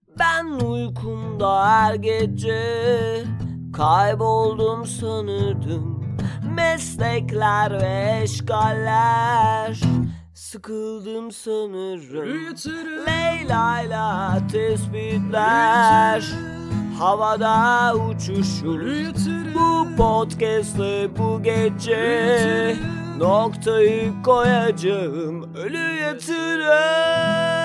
Ben uykumda her gece kayboldum sanırdım. Meslekler ve eşgaller, sıkıldım sanırım. Leyla'yla tespitler havada uçuşur. Bu podcast'le bu gece noktayı koyacağım. Ölü yatırım.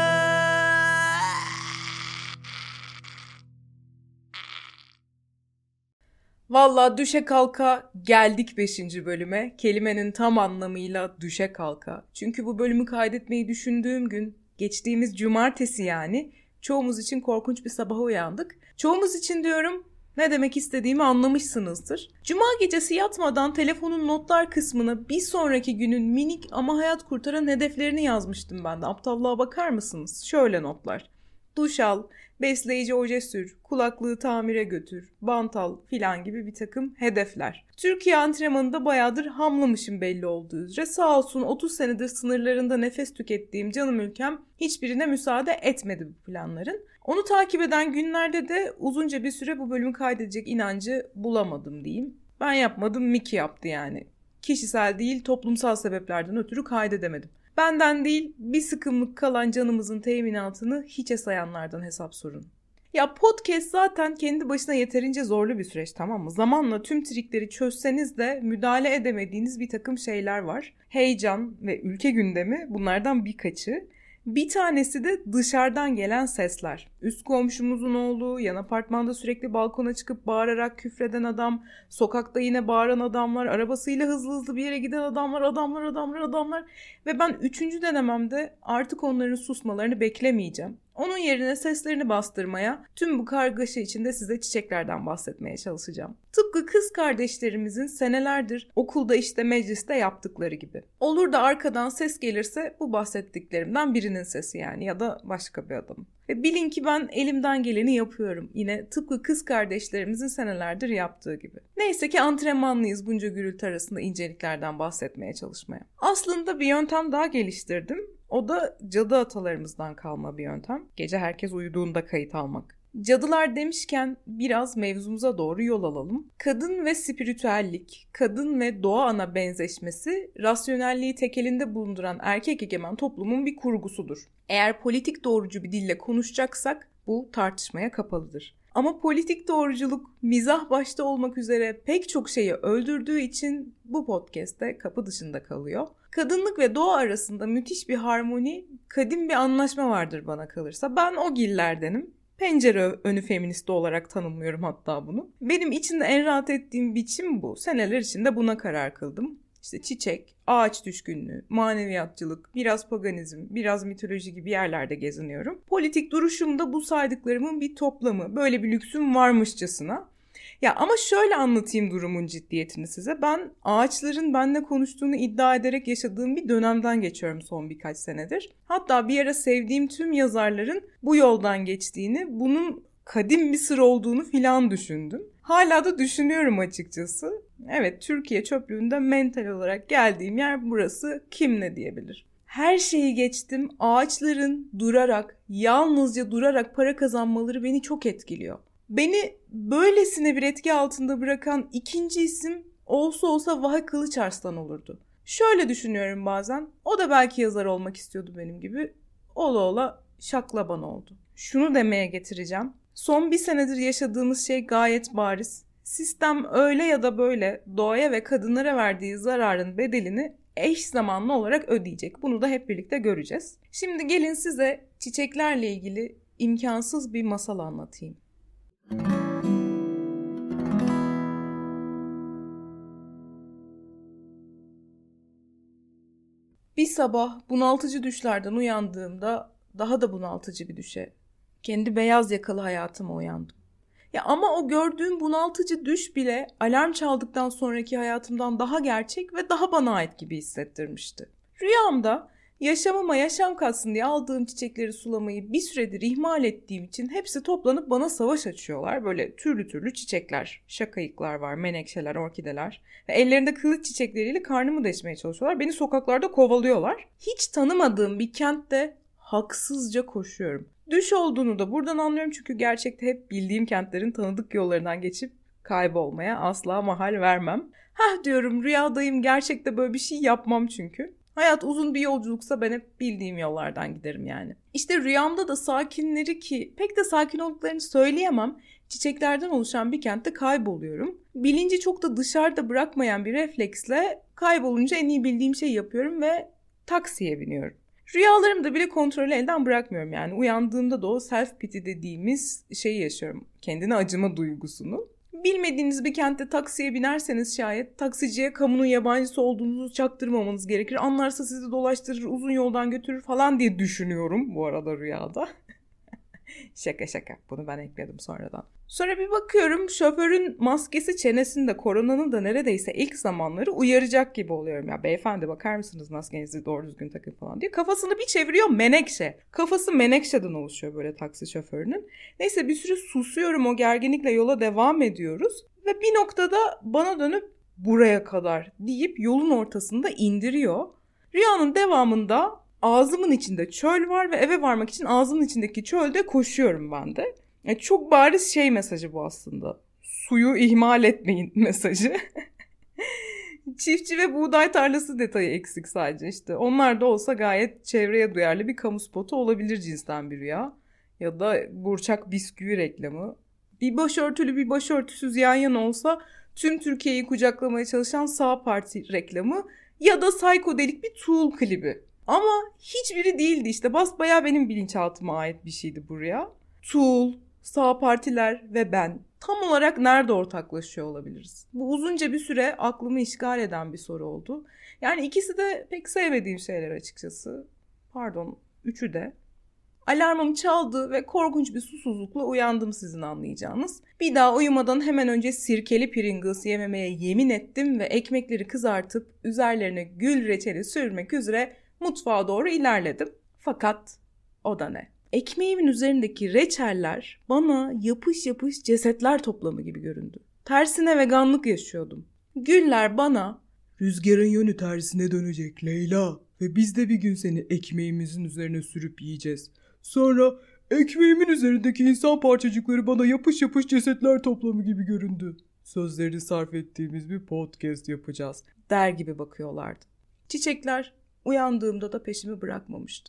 Valla düşe kalka geldik 5. bölüme. Kelimenin tam anlamıyla düşe kalka. Çünkü bu bölümü kaydetmeyi düşündüğüm gün, geçtiğimiz cumartesi yani, çoğumuz için korkunç bir sabaha uyandık. Çoğumuz için diyorum, ne demek istediğimi anlamışsınızdır. Cuma gecesi yatmadan telefonun notlar kısmına bir sonraki günün minik ama hayat kurtaran hedeflerini yazmıştım ben de. Aptallığa bakar mısınız? Şöyle notlar. Duş al, besleyici oje sür, kulaklığı tamire götür, bant al filan gibi bir takım hedefler. Türkiye antrenmanında bayağıdır hamlamışım belli olduğu üzere. Sağ olsun 30 senedir sınırlarında nefes tükettiğim canım ülkem hiçbirine müsaade etmedi bu planların. Onu takip eden günlerde de uzunca bir süre bu bölümü kaydedecek inancı bulamadım diyeyim. Ben yapmadım, Miki yaptı yani. Kişisel değil, toplumsal sebeplerden ötürü kaydedemedim. Benden değil, bir sıkımlık kalan canımızın teminatını hiçe sayanlardan hesap sorun. Ya podcast zaten kendi başına yeterince zorlu bir süreç, tamam mı? Zamanla tüm trikleri çözseniz de müdahale edemediğiniz bir takım şeyler var. Heyecan ve ülke gündemi bunlardan birkaçı. Bir tanesi de dışarıdan gelen sesler. Üst komşumuzun oğlu, yan apartmanda sürekli balkona çıkıp bağırarak küfreden adam, sokakta yine bağıran adamlar, arabasıyla hızlı bir yere giden adamlar. Ve ben 3. denememde artık onların susmalarını beklemeyeceğim. Onun yerine seslerini bastırmaya, tüm bu kargaşa içinde size çiçeklerden bahsetmeye çalışacağım. Tıpkı kız kardeşlerimizin senelerdir okulda işte mecliste yaptıkları gibi. Olur da arkadan ses gelirse bu bahsettiklerimden birinin sesi yani, ya da başka bir adam. Ve bilin ki ben elimden geleni yapıyorum. Yine tıpkı kız kardeşlerimizin senelerdir yaptığı gibi. Neyse ki antrenmanlıyız bunca gürültü arasında inceliklerden bahsetmeye çalışmaya. Aslında bir yöntem daha geliştirdim. O da cadı atalarımızdan kalma bir yöntem. Gece herkes uyuduğunda kayıt almak. Cadılar demişken biraz mevzumuza doğru yol alalım. Kadın ve spiritüellik, kadın ve doğa ana benzeşmesi, rasyonelliği tekelinde bulunduran erkek egemen toplumun bir kurgusudur. Eğer politik doğrucu bir dille konuşacaksak bu tartışmaya kapalıdır. Ama politik doğruculuk mizah başta olmak üzere pek çok şeyi öldürdüğü için bu podcast'te kapı dışında kalıyor. Kadınlık ve doğa arasında müthiş bir harmoni, kadim bir anlaşma vardır bana kalırsa. Ben o gillerdenim. Pencere önü feministi olarak tanımlıyorum hatta bunu. Benim içinde en rahat ettiğim biçim bu. Seneler içinde buna karar kıldım. İşte çiçek, ağaç düşkünlüğü, maneviyatçılık, biraz paganizm, biraz mitoloji gibi yerlerde geziniyorum. Politik duruşum da bu saydıklarımın bir toplamı. Böyle bir lüksüm varmışçasına. Ya ama şöyle anlatayım durumun ciddiyetini size. Ben ağaçların benimle konuştuğunu iddia ederek yaşadığım bir dönemden geçiyorum son birkaç senedir. Hatta bir ara sevdiğim tüm yazarların bu yoldan geçtiğini, bunun kadim bir sır olduğunu filan düşündüm. Hala da düşünüyorum açıkçası. Evet, Türkiye çöplüğünde mental olarak geldiğim yer burası, kim ne diyebilir? Her şeyi geçtim, ağaçların durarak, yalnızca durarak para kazanmaları beni çok etkiliyor. Beni böylesine bir etki altında bırakan ikinci isim olsa Vahe Kılıçarslan olurdu. Şöyle düşünüyorum bazen, o da belki yazar olmak istiyordu benim gibi. Ola şaklaban oldu. Şunu demeye getireceğim. Son bir senedir yaşadığımız şey gayet bariz. Sistem öyle ya da böyle doğaya ve kadınlara verdiği zararın bedelini eş zamanlı olarak ödeyecek. Bunu da hep birlikte göreceğiz. Şimdi gelin size çiçeklerle ilgili imkansız bir masal anlatayım. Bir sabah bunaltıcı düşlerden uyandığımda daha da bunaltıcı bir düşe, kendi beyaz yakalı hayatıma uyandım. Ya ama o gördüğüm bunaltıcı düş bile alarm çaldıktan sonraki hayatımdan daha gerçek ve daha bana ait gibi hissettirmişti. Rüyamda yaşamıma yaşam katsın diye aldığım çiçekleri sulamayı bir süredir ihmal ettiğim için hepsi toplanıp bana savaş açıyorlar. Böyle türlü çiçekler, şakayıklar var, menekşeler, orkideler. Ve ellerinde kılıç çiçekleriyle karnımı deşmeye çalışıyorlar. Beni sokaklarda kovalıyorlar. Hiç tanımadığım bir kentte haksızca koşuyorum. Düş olduğunu da buradan anlıyorum çünkü gerçekte hep bildiğim kentlerin tanıdık yollarından geçip kaybolmaya asla mahal vermem. Diyorum rüyadayım, gerçekte böyle bir şey yapmam çünkü. Hayat uzun bir yolculuksa ben hep bildiğim yollardan giderim yani. İşte rüyamda da sakinleri, ki pek de sakin olduklarını söyleyemem, çiçeklerden oluşan bir kentte kayboluyorum. Bilinci çok da dışarıda bırakmayan bir refleksle kaybolunca en iyi bildiğim şeyi yapıyorum ve taksiye biniyorum. Rüyalarımda bile kontrolü elden bırakmıyorum yani. Uyandığımda da o self pity dediğimiz şeyi yaşıyorum. Kendine acıma duygusunu. Bilmediğiniz bir kentte taksiye binerseniz şayet taksiciye kamunun yabancısı olduğunuzu çaktırmamanız gerekir. Anlarsa sizi dolaştırır, uzun yoldan götürür falan diye düşünüyorum bu arada rüyada. Şaka. Bunu ben ekledim sonradan. Sonra bir bakıyorum şoförün maskesi çenesinde, koronanın da neredeyse ilk zamanları uyaracak gibi oluyorum. Ya beyefendi bakar mısınız, maskenizi doğru düzgün takın falan diye. Kafasını bir çeviriyor, menekşe. Kafası menekşeden oluşuyor böyle taksi şoförünün. Neyse bir süre susuyorum, o gerginlikle yola devam ediyoruz. Ve bir noktada bana dönüp buraya kadar deyip yolun ortasında indiriyor. Rüyanın devamında ağzımın içinde çöl var ve eve varmak için ağzımın içindeki çölde koşuyorum ben de. Çok bariz mesajı bu aslında. Suyu ihmal etmeyin mesajı. Çiftçi ve buğday tarlası detayı eksik sadece işte. Onlar da olsa gayet çevreye duyarlı bir kamu spotu olabilir cinsten bir rüya. Ya da Burçak bisküvi reklamı. Bir başörtülü bir başörtüsüz yan yana olsa tüm Türkiye'yi kucaklamaya çalışan Sağ Parti reklamı. Ya da psikodelik bir Tool klibi. Ama hiçbiri değildi işte. Basbayağı benim bilinçaltıma ait bir şeydi bu rüya. Tool, sağ partiler ve ben tam olarak nerede ortaklaşıyor olabiliriz? Bu uzunca bir süre aklımı işgal eden bir soru oldu. Yani ikisi de pek sevmediğim şeyler açıkçası. Pardon, üçü de. Alarmım çaldı ve korkunç bir susuzlukla uyandım sizin anlayacağınız. Bir daha uyumadan hemen önce sirkeli Pringles yememeye yemin ettim ve ekmekleri kızartıp üzerlerine gül reçeli sürmek üzere mutfağa doğru ilerledim. Fakat o da ne? Ekmeğimin üzerindeki reçeller bana yapış yapış cesetler toplamı gibi göründü. Tersine veganlık yaşıyordum. Güller bana "Rüzgarın yönü tersine dönecek Leyla ve biz de bir gün seni ekmeğimizin üzerine sürüp yiyeceğiz. Sonra ekmeğimin üzerindeki insan parçacıkları bana yapış yapış cesetler toplamı gibi göründü. Sözlerini sarf ettiğimiz bir podcast yapacağız" der gibi bakıyorlardı. Çiçekler uyandığımda da peşimi bırakmamıştı.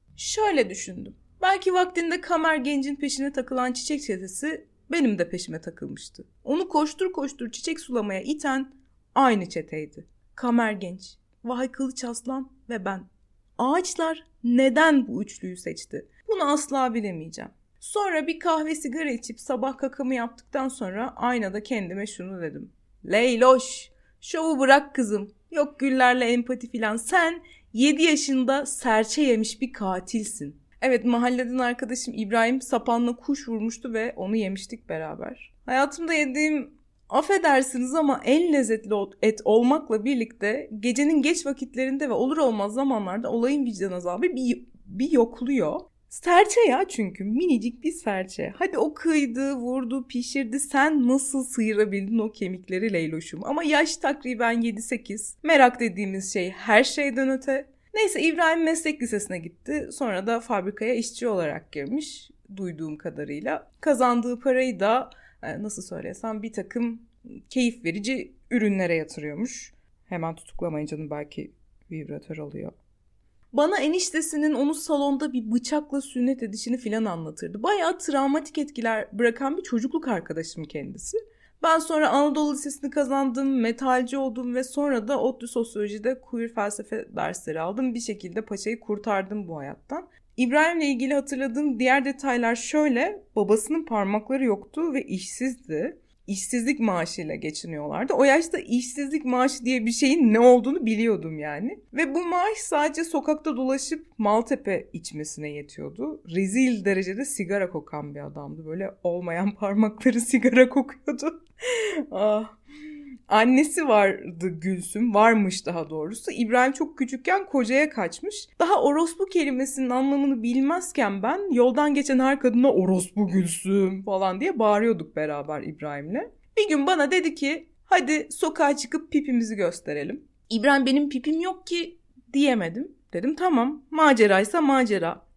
Şöyle düşündüm. Belki vaktinde Kamer Genç'in peşine takılan çiçek çetesi benim de peşime takılmıştı. Onu koştur koştur çiçek sulamaya iten aynı çeteydi. Kamer Genç, Vahit Kılıç Aslan ve ben. Ağaçlar neden bu üçlüyü seçti? Bunu asla bilemeyeceğim. Sonra bir kahve sigara içip sabah kakamı yaptıktan sonra aynada kendime şunu dedim. Leyloş, şovu bırak kızım. Yok güllerle empati filan. Sen 7 yaşında serçe yemiş bir katilsin. Evet, mahalleden arkadaşım İbrahim sapanla kuş vurmuştu ve onu yemiştik beraber. Hayatımda yediğim, affedersiniz ama en lezzetli et olmakla birlikte gecenin geç vakitlerinde ve olur olmaz zamanlarda olayın vicdan azabı bir yokluyor. Serçe ya, çünkü minicik bir serçe. Hadi o kıydı, vurdu, pişirdi. Sen nasıl sıyırabildin o kemikleri Leyloş'um? Ama yaş takriben 7-8. Merak dediğimiz şey her şeyden öte. Neyse İbrahim meslek lisesine gitti. Sonra da fabrikaya işçi olarak girmiş duyduğum kadarıyla. Kazandığı parayı da nasıl söylesem bir takım keyif verici ürünlere yatırıyormuş. Hemen tutuklamayın canım, belki vibratör alıyor. Bana eniştesinin onu salonda bir bıçakla sünnet edişini filan anlatırdı. Bayağı travmatik etkiler bırakan bir çocukluk arkadaşım kendisi. Ben sonra Anadolu Lisesi'ni kazandım, metalci oldum ve sonra da ODTÜ Sosyoloji'de queer felsefe dersleri aldım. Bir şekilde paçayı kurtardım bu hayattan. İbrahim'le ilgili hatırladığım diğer detaylar şöyle: babasının parmakları yoktu ve işsizdi. İşsizlik maaşıyla geçiniyorlardı. O yaşta işsizlik maaşı diye bir şeyin ne olduğunu biliyordum yani. Ve bu maaş sadece sokakta dolaşıp Maltepe içmesine yetiyordu. Rezil derecede sigara kokan bir adamdı. Böyle olmayan parmakları sigara kokuyordu. Annesi vardı Gülsüm, varmış daha doğrusu. İbrahim çok küçükken kocaya kaçmış. Daha orospu kelimesinin anlamını bilmezken ben yoldan geçen her kadına orospu Gülsüm falan diye bağırıyorduk beraber İbrahim'le. Bir gün bana dedi ki hadi sokağa çıkıp pipimizi gösterelim. İbrahim benim pipim yok ki diyemedim. Dedim tamam, maceraysa macera.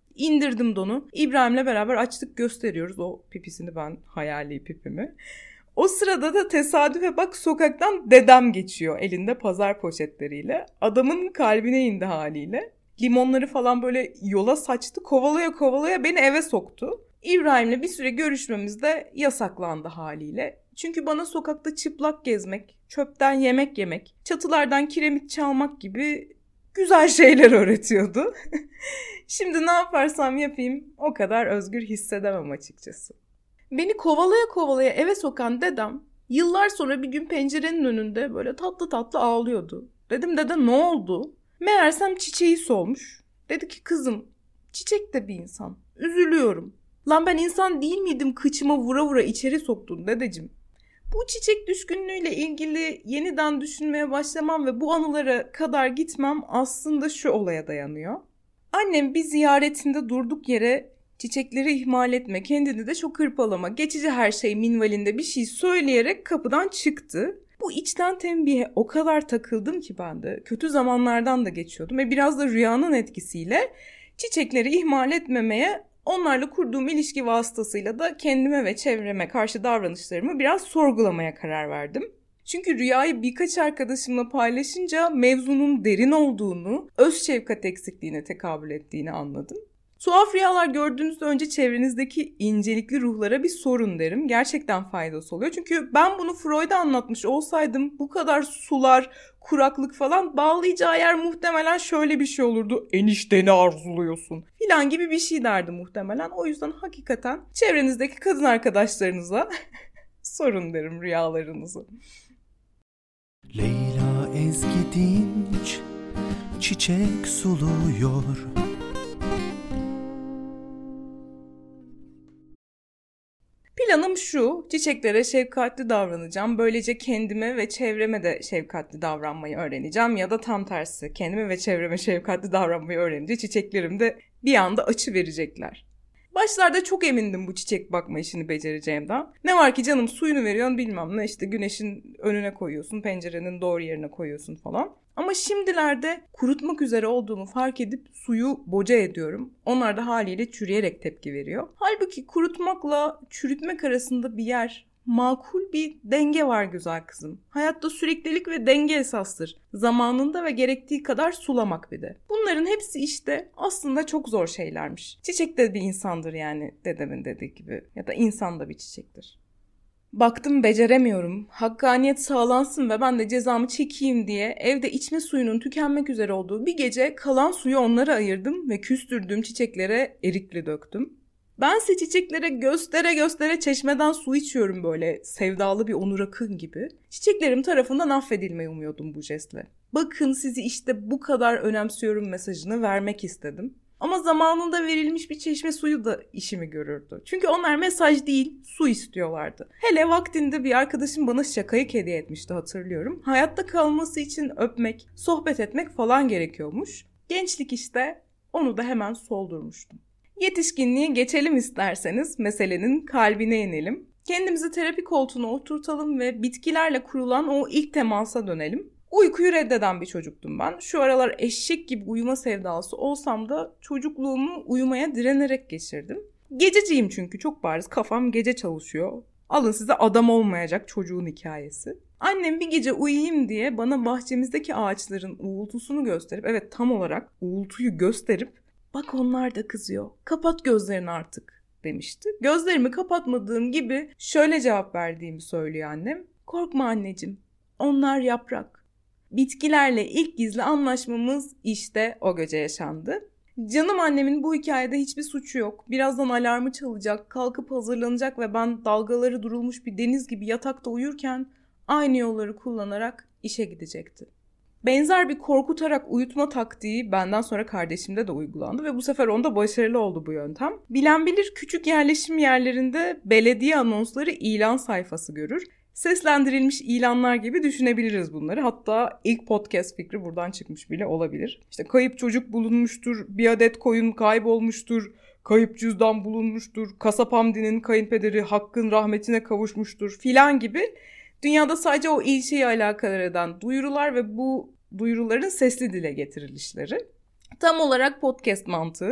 İndirdim donu. İbrahim'le beraber açtık, gösteriyoruz o pipisini, ben hayali pipimi. O sırada da tesadüfe bak, sokaktan dedem geçiyor elinde pazar poşetleriyle. Adamın kalbine indi haliyle. Limonları falan böyle yola saçtı. Kovalaya kovalaya beni eve soktu. İbrahim'le bir süre görüşmemiz de yasaklandı haliyle. Çünkü bana sokakta çıplak gezmek, çöpten yemek yemek, çatılardan kiremit çalmak gibi güzel şeyler öğretiyordu. Şimdi ne yaparsam yapayım o kadar özgür hissedemem açıkçası. Beni kovalaya kovalaya eve sokan dedem yıllar sonra bir gün pencerenin önünde böyle tatlı tatlı ağlıyordu. Dedim dede ne oldu? Meğersem çiçeği solmuş. Dedi ki kızım, çiçek de bir insan. Üzülüyorum. Lan ben insan değil miydim, kıçıma vura vura içeri soktun dedeciğim. Bu çiçek düşkünlüğüyle ilgili yeniden düşünmeye başlamam ve bu anılara kadar gitmem aslında şu olaya dayanıyor. Annem bir ziyaretinde durduk yere çiçekleri ihmal etme, kendini de çok hırpalama, geçici her şey minvalinde bir şey söyleyerek kapıdan çıktı. Bu içten tembihe o kadar takıldım ki ben de kötü zamanlardan da geçiyordum ve biraz da rüyanın etkisiyle çiçekleri ihmal etmemeye, onlarla kurduğum ilişki vasıtasıyla da kendime ve çevreme karşı davranışlarımı biraz sorgulamaya karar verdim. Çünkü rüyayı birkaç arkadaşımla paylaşınca mevzunun derin olduğunu, öz şefkat eksikliğine tekabül ettiğini anladım. Tuhaf rüyalar gördüğünüzde önce çevrenizdeki incelikli ruhlara bir sorun derim. Gerçekten faydası oluyor. Çünkü ben bunu Freud'a anlatmış olsaydım bu kadar sular, kuraklık falan, bağlayacağı yer muhtemelen şöyle bir şey olurdu. Enişteni arzuluyorsun filan gibi bir şey derdi muhtemelen. O yüzden hakikaten çevrenizdeki kadın arkadaşlarınıza sorun derim rüyalarınızı. Leyla Ezgi Dinç çiçek suluyor. Planım şu, çiçeklere şefkatli davranacağım. Böylece kendime ve çevreme de şefkatli davranmayı öğreneceğim. Ya da tam tersi, kendime ve çevreme şefkatli davranmayı öğrenince çiçeklerim de bir anda açı verecekler. Başlarda çok emindim bu çiçek bakma işini becereceğimden. Ne var ki canım, suyunu veriyorsun bilmem ne, işte güneşin önüne koyuyorsun, pencerenin doğru yerine koyuyorsun falan. Ama şimdilerde kurutmak üzere olduğumu fark edip suyu boca ediyorum. Onlar da haliyle çürüyerek tepki veriyor. Halbuki kurutmakla çürütmek arasında bir yer, makul bir denge var güzel kızım. Hayatta süreklilik ve denge esastır. Zamanında ve gerektiği kadar sulamak bir de. Bunların hepsi işte aslında çok zor şeylermiş. Çiçek de bir insandır yani, dedemin dediği gibi. Ya da insan da bir çiçektir. Baktım beceremiyorum. Hakkaniyet sağlansın ve ben de cezamı çekeyim diye evde içme suyunun tükenmek üzere olduğu bir gece kalan suyu onlara ayırdım ve küstürdüğüm çiçeklere erikli döktüm. Bense çiçeklere göstere göstere çeşmeden su içiyorum böyle sevdalı bir Onur Akın gibi. Çiçeklerim tarafından affedilmeyi umuyordum bu jestle. Bakın sizi işte bu kadar önemsiyorum mesajını vermek istedim. Ama zamanında verilmiş bir çeşme suyu da işimi görürdü. Çünkü onlar mesaj değil, su istiyorlardı. Hele vaktinde bir arkadaşım bana şakayık hediye etmişti, hatırlıyorum. Hayatta kalması için öpmek, sohbet etmek falan gerekiyormuş. Gençlik işte, onu da hemen soldurmuştum. Yetişkinliğe geçelim isterseniz, meselenin kalbine inelim. Kendimizi terapi koltuğuna oturtalım ve bitkilerle kurulan o ilk temasa dönelim. Uykuyu reddeden bir çocuktum ben. Şu aralar eşek gibi uyuma sevdalısı olsam da çocukluğumu uyumaya direnerek geçirdim. Gececiyim çünkü, çok bariz kafam gece çalışıyor. Alın size adam olmayacak çocuğun hikayesi. Annem bir gece uyuyayım diye bana bahçemizdeki ağaçların uğultusunu gösterip, evet tam olarak uğultuyu gösterip, bak onlar da kızıyor, kapat gözlerini artık demişti. Gözlerimi kapatmadığım gibi şöyle cevap verdiğimi söylüyor annem. Korkma anneciğim, onlar yaprak. Bitkilerle ilk gizli anlaşmamız işte o gece yaşandı. Canım annemin bu hikayede hiçbir suçu yok. Birazdan alarmı çalacak, kalkıp hazırlanacak ve ben dalgaları durulmuş bir deniz gibi yatakta uyurken aynı yolları kullanarak işe gidecekti. Benzer bir korkutarak uyutma taktiği benden sonra kardeşimde de uygulandı ve bu sefer onda başarılı oldu bu yöntem. Bilen bilir, küçük yerleşim yerlerinde belediye anonsları ilan sayfası görür. Seslendirilmiş ilanlar gibi düşünebiliriz bunları. Hatta ilk podcast fikri buradan çıkmış bile olabilir. İşte kayıp çocuk bulunmuştur, bir adet koyun kaybolmuştur, kayıp cüzdan bulunmuştur, kasap Hamdi'nin kayınpederi Hakk'ın rahmetine kavuşmuştur filan gibi. Dünyada sadece o ilçeyi alakadar eden duyurular ve bu duyuruların sesli dile getirilişleri. Tam olarak podcast mantığı.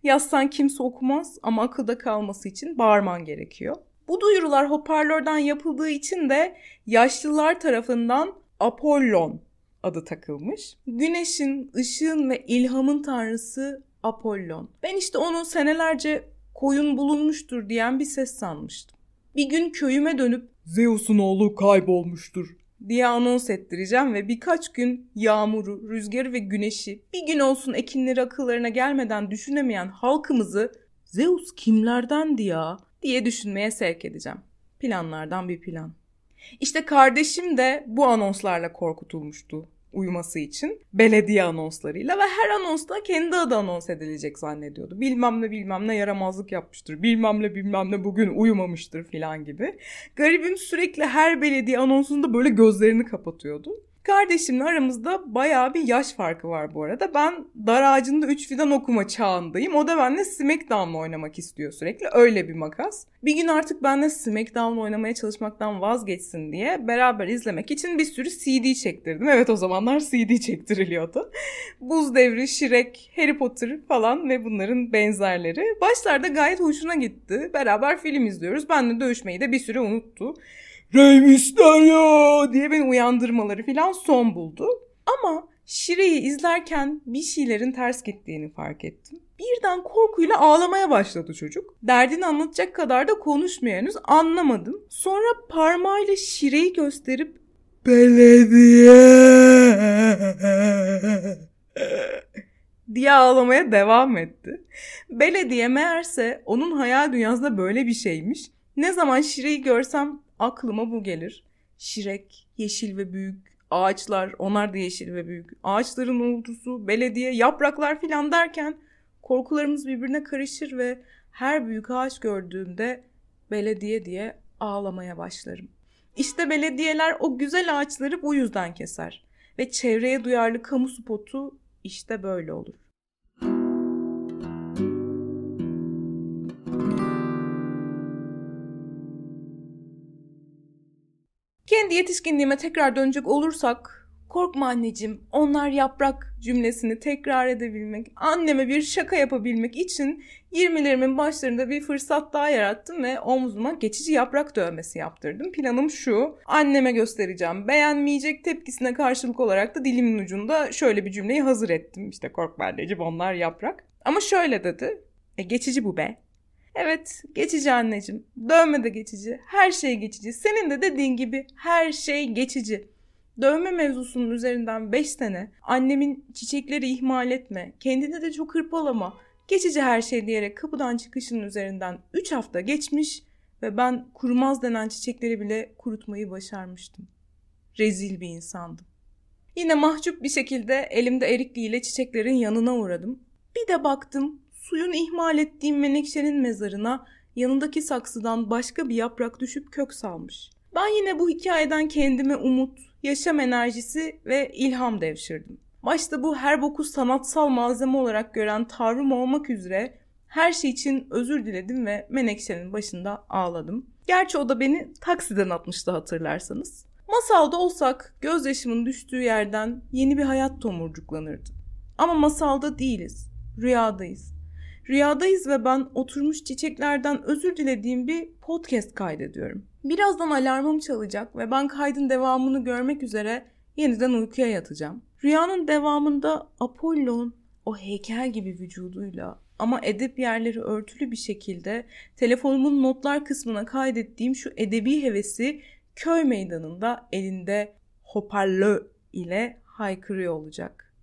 Yazsan kimse okumaz ama akılda kalması için bağırman gerekiyor. Bu duyurular hoparlörden yapıldığı için de yaşlılar tarafından Apollon adı takılmış. Güneşin, ışığın ve ilhamın tanrısı Apollon. Ben işte onu senelerce koyun bulunmuştur diyen bir ses sanmıştım. Bir gün köyüme dönüp Zeus'un oğlu kaybolmuştur diye anons ettireceğim ve birkaç gün yağmuru, rüzgarı ve güneşi, bir gün olsun ekinleri akıllarına gelmeden düşünemeyen halkımızı Zeus kimlerdendi ya diye düşünmeye sevk edeceğim. Planlardan bir plan. İşte kardeşim de bu anonslarla korkutulmuştu uyuması için. Belediye anonslarıyla ve her anonsta kendi adı anons edilecek zannediyordu. Bilmem ne bilmem ne yaramazlık yapmıştır. Bilmem ne bilmem ne bugün uyumamıştır filan gibi. Garibim sürekli her belediye anonsunda böyle gözlerini kapatıyordu. Kardeşimle aramızda bayağı bir yaş farkı var bu arada. Ben dar ağacında 3 fidan okuma çağındayım. O da benimle Smackdown'la oynamak istiyor sürekli. Öyle bir makas. Bir gün artık benimle Smackdown'la oynamaya çalışmaktan vazgeçsin diye beraber izlemek için bir sürü CD çektirdim. Evet, o zamanlar CD çektiriliyordu. Buz Devri, Shrek, Harry Potter falan ve bunların benzerleri. Başlarda gayet hoşuna gitti. Beraber film izliyoruz. Benimle dövüşmeyi de bir süre unuttu. Rey Mysterio diye beni uyandırmaları falan son buldu. Ama Shrek'i izlerken bir şeylerin ters gittiğini fark ettim. Birden korkuyla ağlamaya başladı çocuk. Derdini anlatacak kadar da konuşmuyor henüz, anlamadım. Sonra parmağıyla Shrek'i gösterip belediye diye ağlamaya devam etti. Belediye meğerse onun hayal dünyasında böyle bir şeymiş. Ne zaman Shrek'i görsem aklıma bu gelir. Shrek, yeşil ve büyük, ağaçlar, onlar da yeşil ve büyük. Ağaçların uğultusu, belediye, yapraklar filan derken korkularımız birbirine karışır ve her büyük ağaç gördüğümde belediye diye ağlamaya başlarım. İşte belediyeler o güzel ağaçları bu yüzden keser. Ve çevreye duyarlı kamu spotu işte böyle olur. Kendi yetişkinliğime tekrar dönecek olursak, korkma anneciğim, onlar yaprak cümlesini tekrar edebilmek, anneme bir şaka yapabilmek için 20'lerimin başlarında bir fırsat daha yarattım ve omzuma geçici yaprak dövmesi yaptırdım. Planım şu, anneme göstereceğim. Beğenmeyecek tepkisine karşılık olarak da dilimin ucunda şöyle bir cümleyi hazır ettim. İşte korkma anneciğim, onlar yaprak. Ama şöyle dedi, geçici bu be. Evet, geçici anneciğim. Dövme de geçici. Her şey geçici. Senin de dediğin gibi her şey geçici. Dövme mevzusunun üzerinden 5 sene annemin çiçekleri ihmal etme, kendini de çok hırpalama, geçici her şey diyerek kapıdan çıkışının üzerinden 3 hafta geçmiş ve ben kurumaz denen çiçekleri bile kurutmayı başarmıştım. Rezil bir insandım. Yine mahcup bir şekilde elimde erikliyle çiçeklerin yanına uğradım. Bir de baktım, suyunu ihmal ettiğim menekşenin mezarına yanındaki saksıdan başka bir yaprak düşüp kök salmış. Ben yine bu hikayeden kendime umut, yaşam enerjisi ve ilham devşirdim. Başta bu her boku sanatsal malzeme olarak gören Tanrım olmak üzere her şey için özür diledim ve menekşenin başında ağladım. Gerçi o da beni taksiden atmıştı, hatırlarsanız. Masalda olsak gözyaşımın düştüğü yerden yeni bir hayat tomurcuklanırdı. Ama masalda değiliz, rüyadayız. Rüyadayız ve ben oturmuş çiçeklerden özür dilediğim bir podcast kaydediyorum. Birazdan alarmım çalacak ve ben kaydın devamını görmek üzere yeniden uykuya yatacağım. Rüyanın devamında Apollon o heykel gibi vücuduyla ama edep yerleri örtülü bir şekilde telefonumun notlar kısmına kaydettiğim şu edebi hevesi köy meydanında elinde hoparlör ile haykırıyor olacak.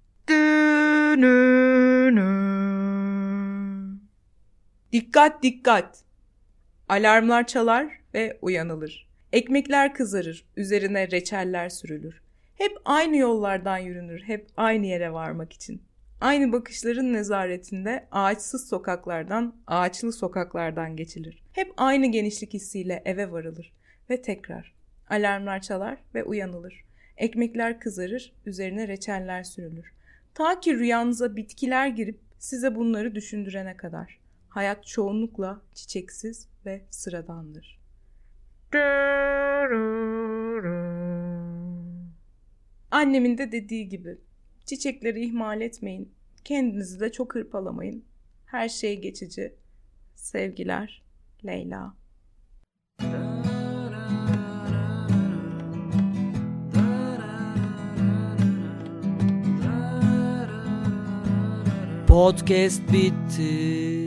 Dikkat dikkat! Alarmlar çalar ve uyanılır. Ekmekler kızarır, üzerine reçeller sürülür. Hep aynı yollardan yürünür, hep aynı yere varmak için. Aynı bakışların nezaretinde ağaçsız sokaklardan, ağaçlı sokaklardan geçilir. Hep aynı genişlik hissiyle eve varılır ve tekrar. Alarmlar çalar ve uyanılır. Ekmekler kızarır, üzerine reçeller sürülür. Ta ki rüyanıza bitkiler girip size bunları düşündürene kadar. Hayat çoğunlukla çiçeksiz ve sıradandır. Annemin de dediği gibi çiçekleri ihmal etmeyin. Kendinizi de çok hırpalamayın. Her şey geçici. Sevgiler, Leyla. Podcast bitti.